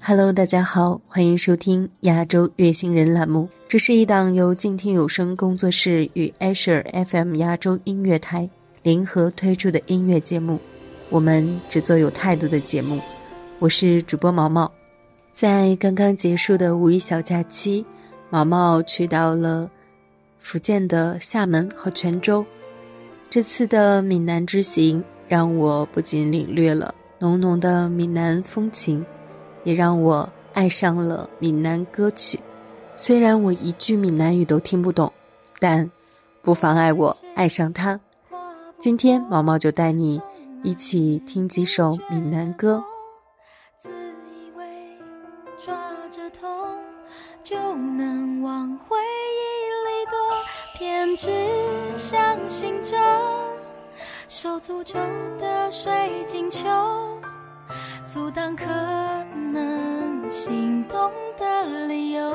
Hello， 大家好，欢迎收听亚洲乐星人栏目。这是一档由静听有声工作室与 Asher FM 亚洲音乐台联合推出的音乐节目。我们只做有态度的节目。我是主播毛毛。在刚刚结束的五一小假期，毛毛去到了福建的厦门和泉州。这次的闽南之行让我不仅领略了浓浓的闽南风情，也让我爱上了闽南歌曲。虽然我一句闽南语都听不懂，但不妨碍我爱上它。今天毛毛就带你一起听几首闽南歌。 自以为抓着痛就能往回忆里躲，偏只相信着手足咒的水晶球，阻挡可能心动的理由，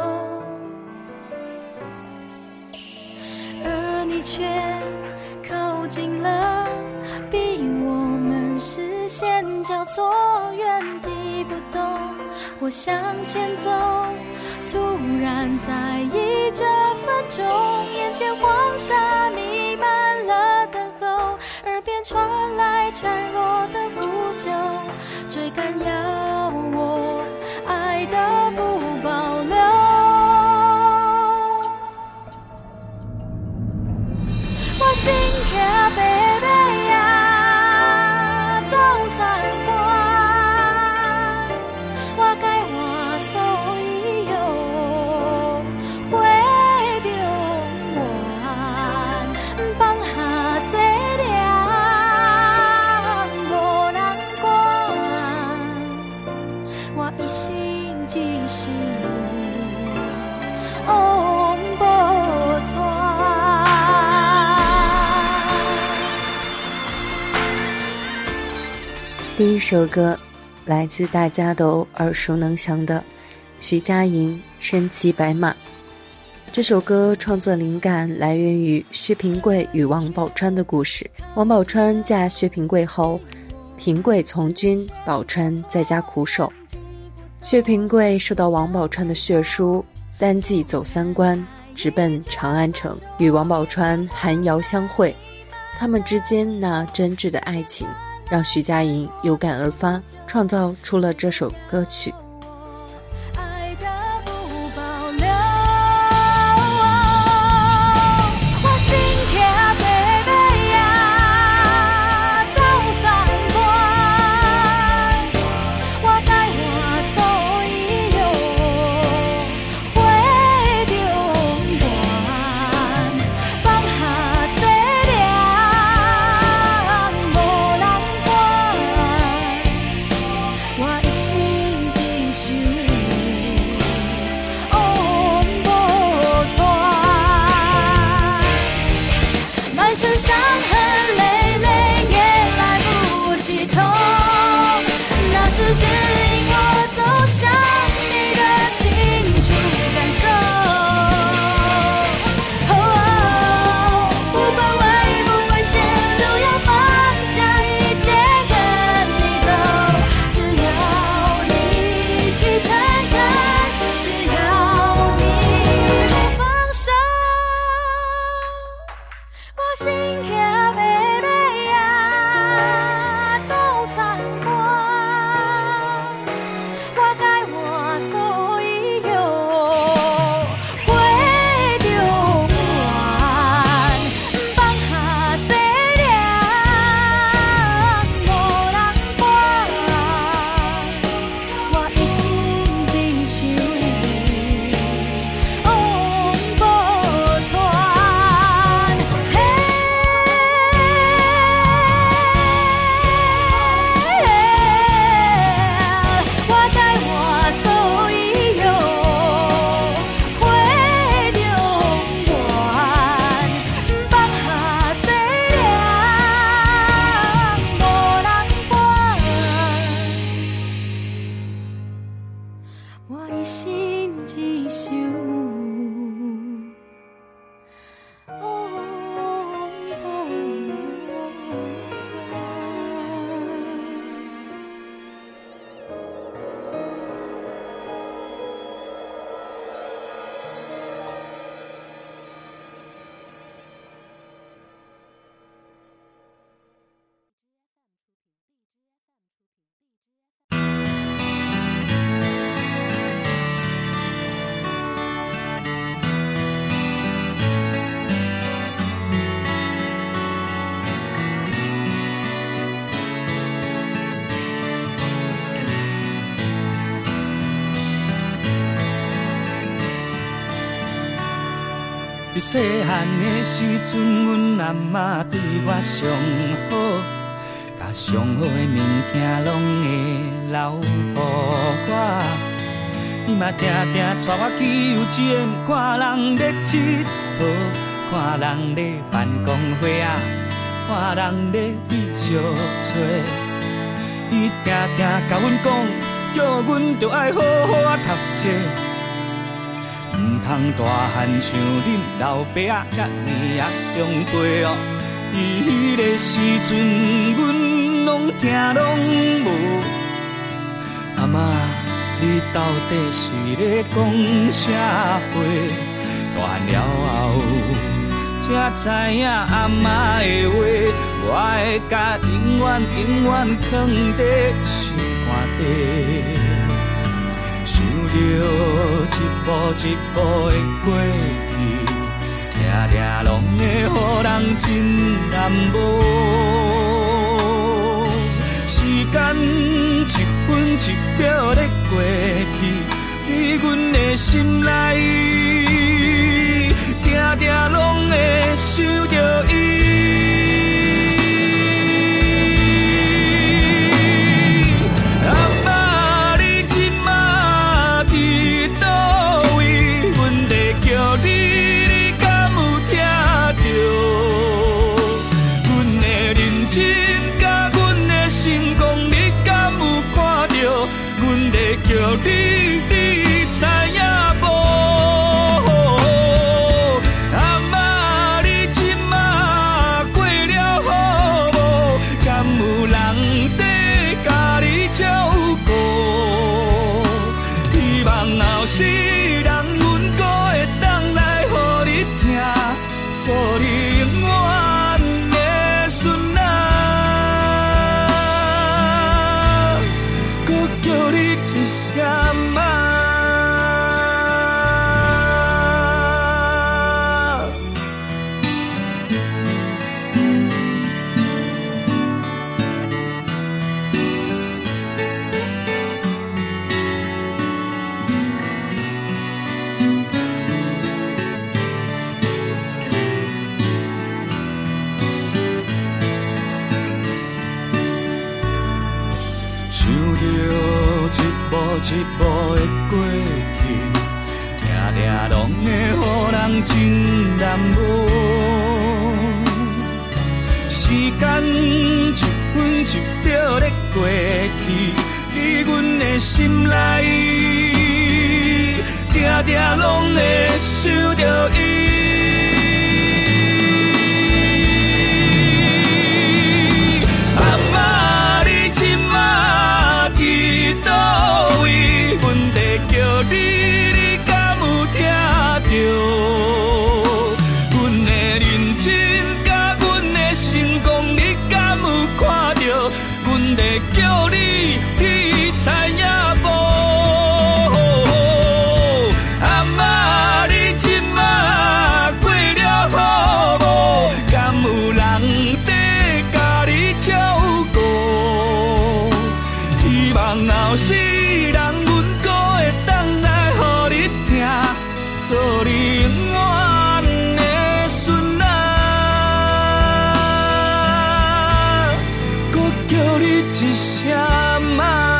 而你却靠近了，逼我们视线交错，原地不动。我向前走，突然在意这分钟，眼前黄沙弥漫了等候，耳边传来孱弱的呼救，追赶要我爱的不保留。我心跳贝贝呀，走三关，我该我所以有会中原，放下西凉无人管，我一心只想往无传。 第一首歌来自大家都耳熟能详的徐佳莹《身骑白马》。这首歌创作灵感来源于薛平贵与王宝钏的故事。王宝钏嫁薛平贵后，平贵从军，宝钏在家苦守。薛平贵受到王宝钏的血书，单骑走三关，直奔长安城，与王宝钏寒窑相会。他们之间那真挚的爱情让徐佳莹有感而发，创造出了这首歌曲。 爱的不保留，我心跳贝贝呀，走三关，我该我所以有会中原，放下西凉无人管，我一心只想往无传，满身伤痕累累也来不及痛，那是指引我走向你的清楚感受。不管危不危险，都要放下一切跟你走，只要你一起诚恳，只要你不放手。我心跳贝贝呀，走三关，我该我所以有会中原，放下西凉无人管，我一心只想往无传。我该我所以有会中原，放下西凉无人管，我一心只想往无传。 伫细汉的时阵，阮阿嬷对我上好，甲上好的物件拢会留予我。伊嘛定定带我去游园，看人咧佚佗，看人咧办公会啊，看人咧美小撮。伊定定甲阮讲，叫阮着爱好好啊读册。唔通大汉像恁老爸啊，遐尼啊用对哦。伫迄个时阵，阮拢听拢无。阿嬷，你到底是咧讲啥话？大汉了后，才知影阿嬷的话，我会甲永远永远藏伫心肝底。想着一步一步的过去，定定拢会予人真难忘。时间一分一秒的过去，伫阮的心内，定定拢会想着伊。你知影无？阿嬷，你即马过了好无？敢有人在甲你照顾？希望后世人阮搁会当来予你听，做你永远的孙仔，搁叫你一声妈。一步的过去，定定拢会予人真难忘。时间一分一秒的过去，伫阮的心内，定定拢会想着伊。阿嬷，你即马伫倒？你敢有听着？阮的认真甲阮的成功，你敢有看着？阮在叫你，你知影无？阿嬷，你即马过了好无？敢有人在甲你照顾？希望后世人。做你永远的孙仔，搁叫你一声妈。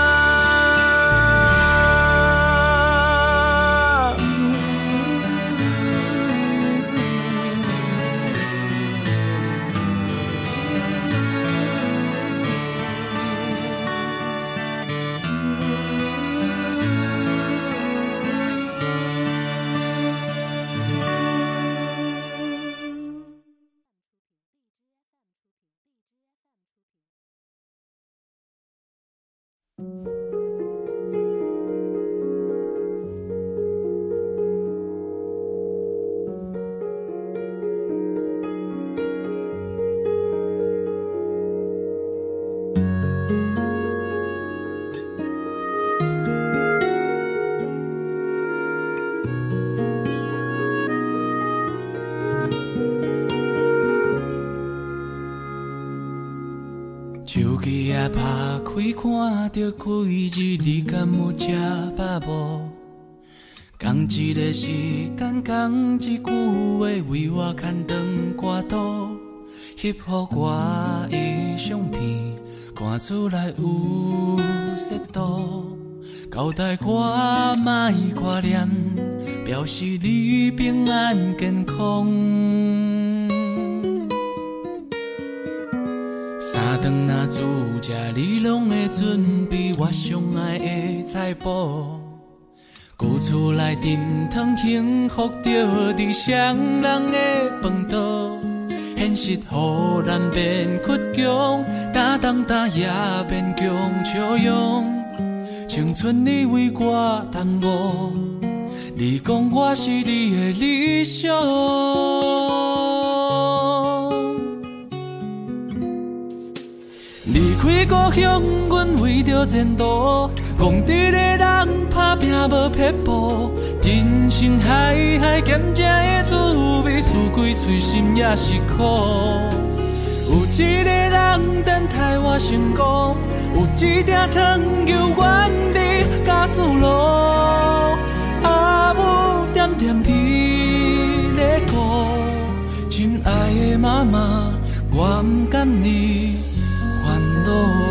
手机啊拍开看着开日，你敢有吃饱无？ 讲一个时间，讲一句话，为我牵肠挂肚，翕予我的相片，看出来有色度。交代我莫挂念，表示你平安健康。三顿若煮食，你拢会准备我上爱的菜谱。旧厝内炖汤，幸福着伫双人的饭桌。现实予咱变倔强，打动打也变强笑容。青春你为我耽误，你讲我是你的理想。离开故乡，阮为着前途，讲直的人打拼无撇步，人生海海咸食的滋味，输规嘴心也是苦。有一个人等待我成功，有一鼎汤游原伫家属路，阿母点点伫咧顾，亲爱的妈妈，我不甘你烦恼。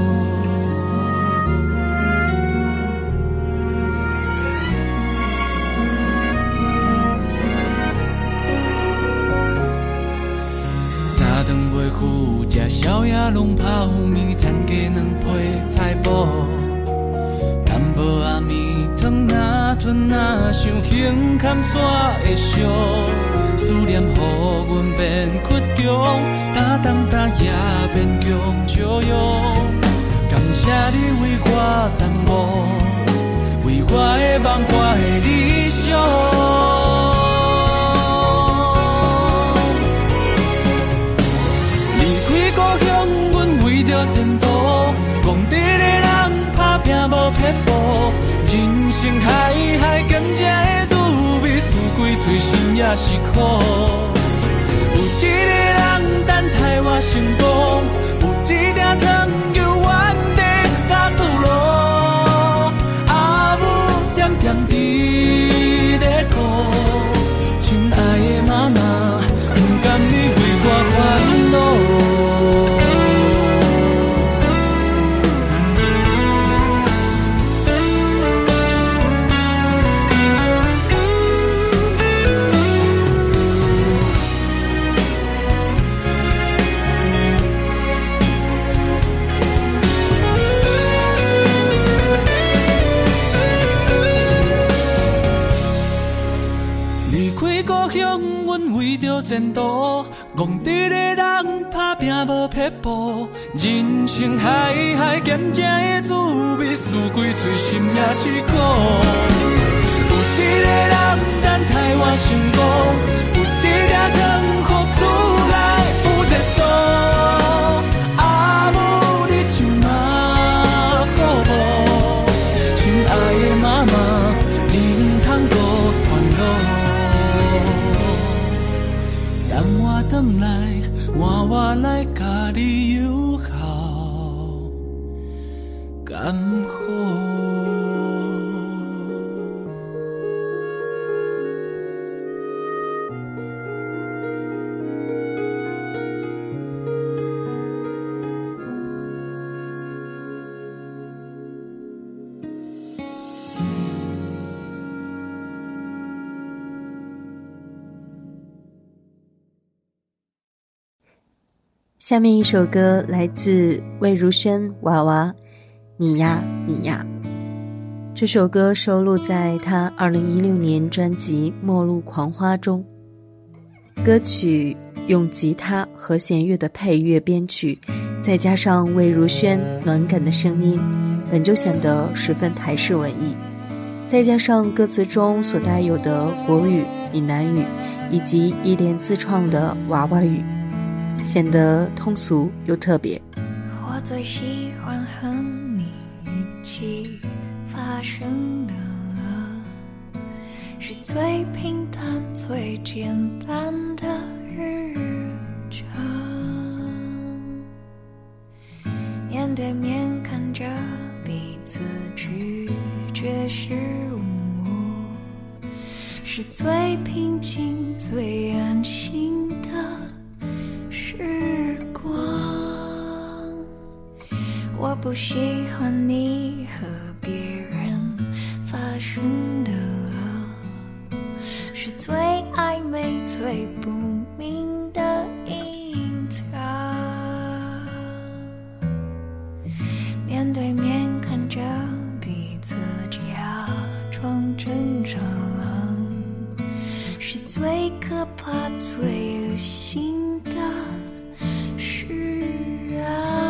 三顿袂赴，食宵夜拢泡面，参加两批菜脯。淡薄仔面汤若吞若想，轻牵线会烧。思念予阮变倔强，打动打也变强笑容。感谢你为我耽误，为我的梦，我的理想。为着前途，讲直的人打拼无撇步，人生海海咸食的滋味，输规嘴心也是苦。有一个人等待我成功，有一鼎汤游原伫家属路，阿母点点伫咧顾，亲爱的妈妈，不甘你为我烦恼。为着前途，戆直的人打拼无撇步，人生海海咸食的滋味，输规嘴心也是苦。有一个人等待我成功，有一鼎汤予厝内有热度，阿母你亲妈好无？亲爱的妈妈，你唔通搁烦恼。等我回来，换我来甲你友好甘好。 下面一首歌来自魏如萱娃娃，你呀你呀。这首歌收录在她2016年专辑《末路狂花》中。歌曲用吉他和弦乐的配乐编曲，再加上魏如萱暖感的声音，本就显得十分台式文艺。再加上歌词中所带有的国语、闽南语以及依莲自创的娃娃语，显得通俗又特别。 我最喜欢和你一起发生的是最平淡最简单的日常，面对面看着彼此拒绝失误， 是最平静最安心的时光。我不喜欢你和别人发生的是最暧昧最不明的隐藏，面对面看着彼此假装正常，是最可怕最恶心的事啊。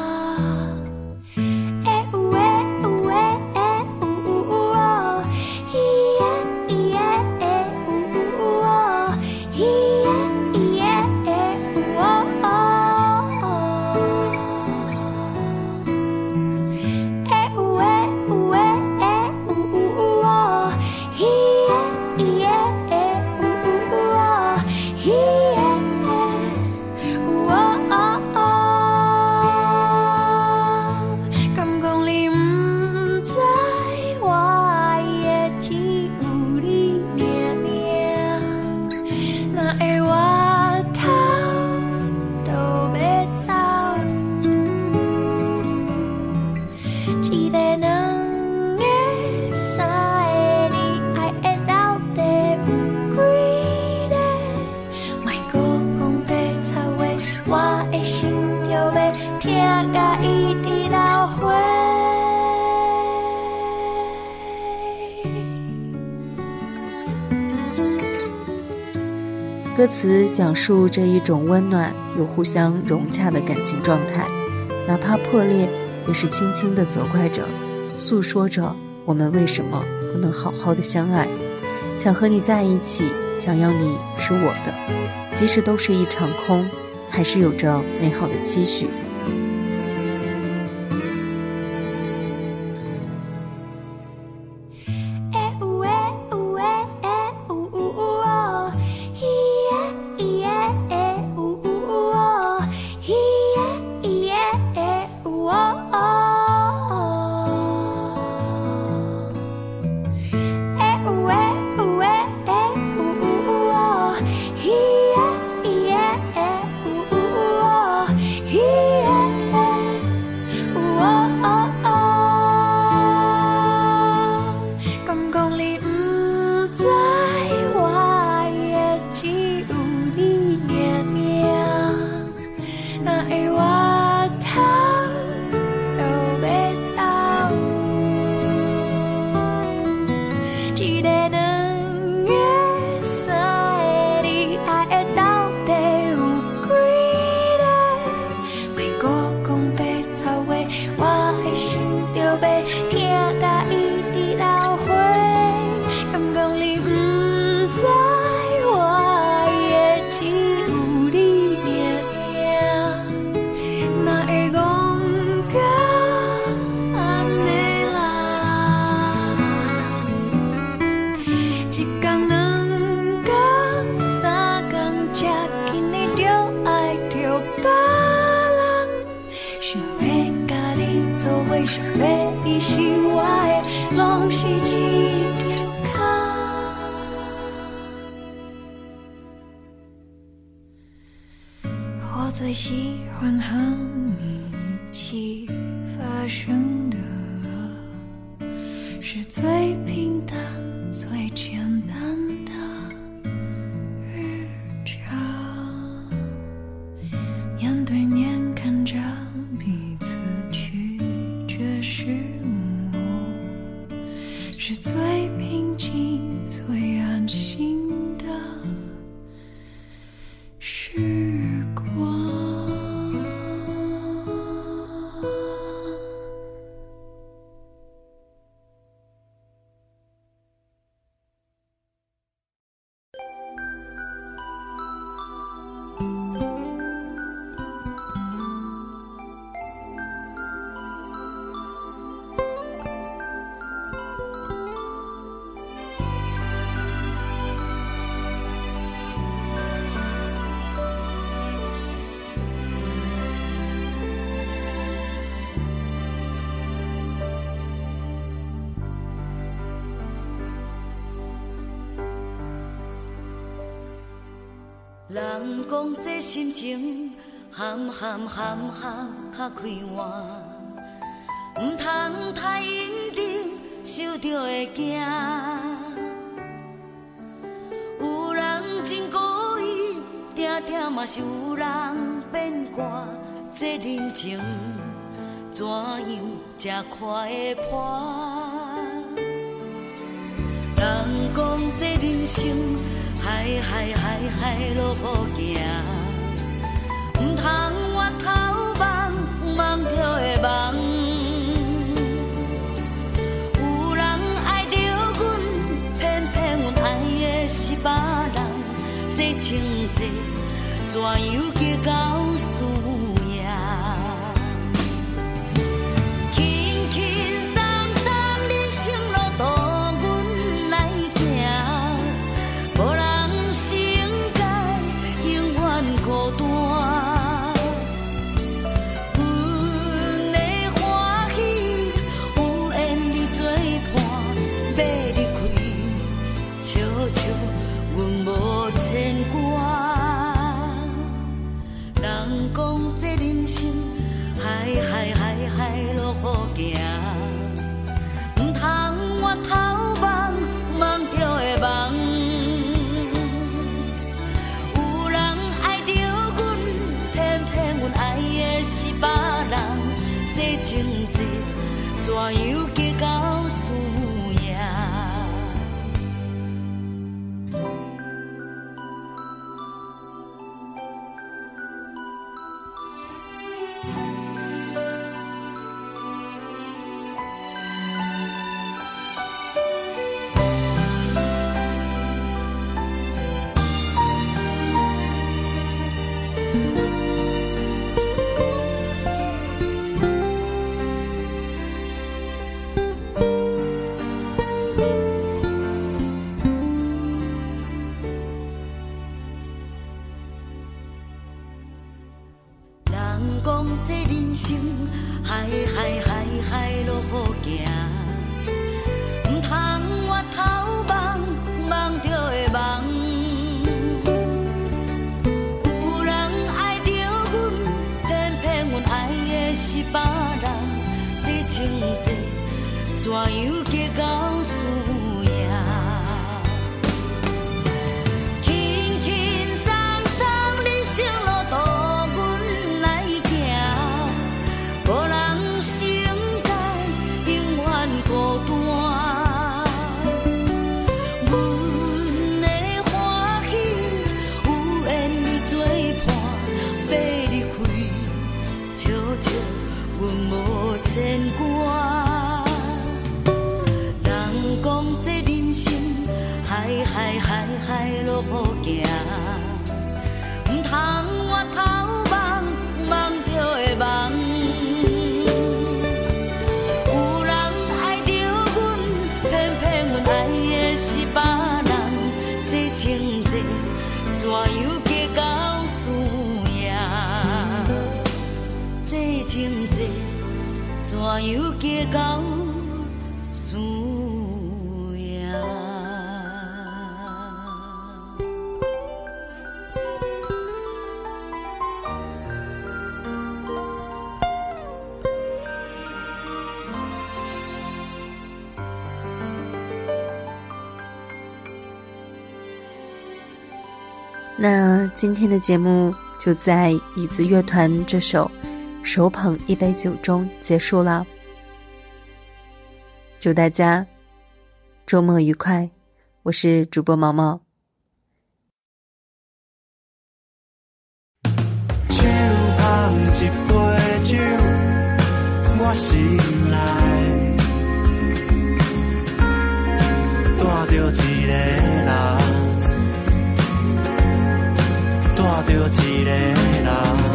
歌词讲述这一种温暖又互相融洽的感情状态，哪怕破裂也是轻轻地责怪着，诉说着我们为什么不能好好的相爱，想和你在一起，想要你是我的，即使都是一场空，还是有着美好的期许。 我最喜欢和你一起发生的是最平淡最简单的日常，面对面看着彼此拒绝失误，是最平静最安心的时光。 人讲这心情含含较开换，唔通太认真，受着会惊。有人真故意，定定嘛是有人变卦。这人情怎样才快会破？人讲这人生，海落雨行，唔通我头望望着会望。有人爱着阮，偏偏阮爱的是别人。这情债怎样结到输赢？轻轻松松人生路途，阮来行，无人成该永远孤单。阮的欢喜有缘你作伴，要离开，笑笑阮无牵挂。人讲这人生，海落雨行，唔通我头望望着会望。有人爱着阮，偏偏阮爱的是别人。这情债怎样结到输赢？人讲这人生，海落雨行，唔通我头望望着会望。有人爱着阮，偏偏阮爱的是别人。这情债怎样结到输赢？轻轻松松人生路途，阮来行，无人成该永远孤单。阮的欢喜有缘你作伴，要离开，笑笑阮无牵挂。人讲这人生，海落雨行，唔通我头望望着会望。有人爱着阮，偏偏阮爱的是别人。这情债怎样结到输赢？这情债怎样结到输赢？ 那今天的节目就在椅子乐团这首手捧一杯酒中结束了。祝大家周末愉快，我是主播毛毛。 手捧一杯酒，我心内带着一个人，带着一个人。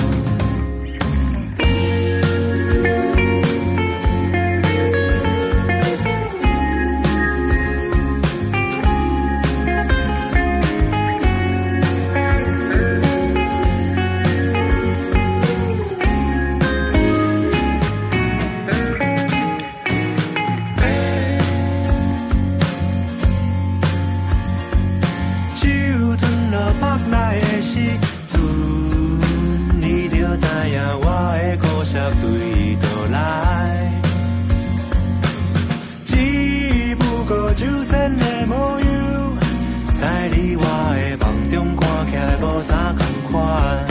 酒吞落腹内的心。 过酒仙的模样，在你我的梦中看起来无啥同款。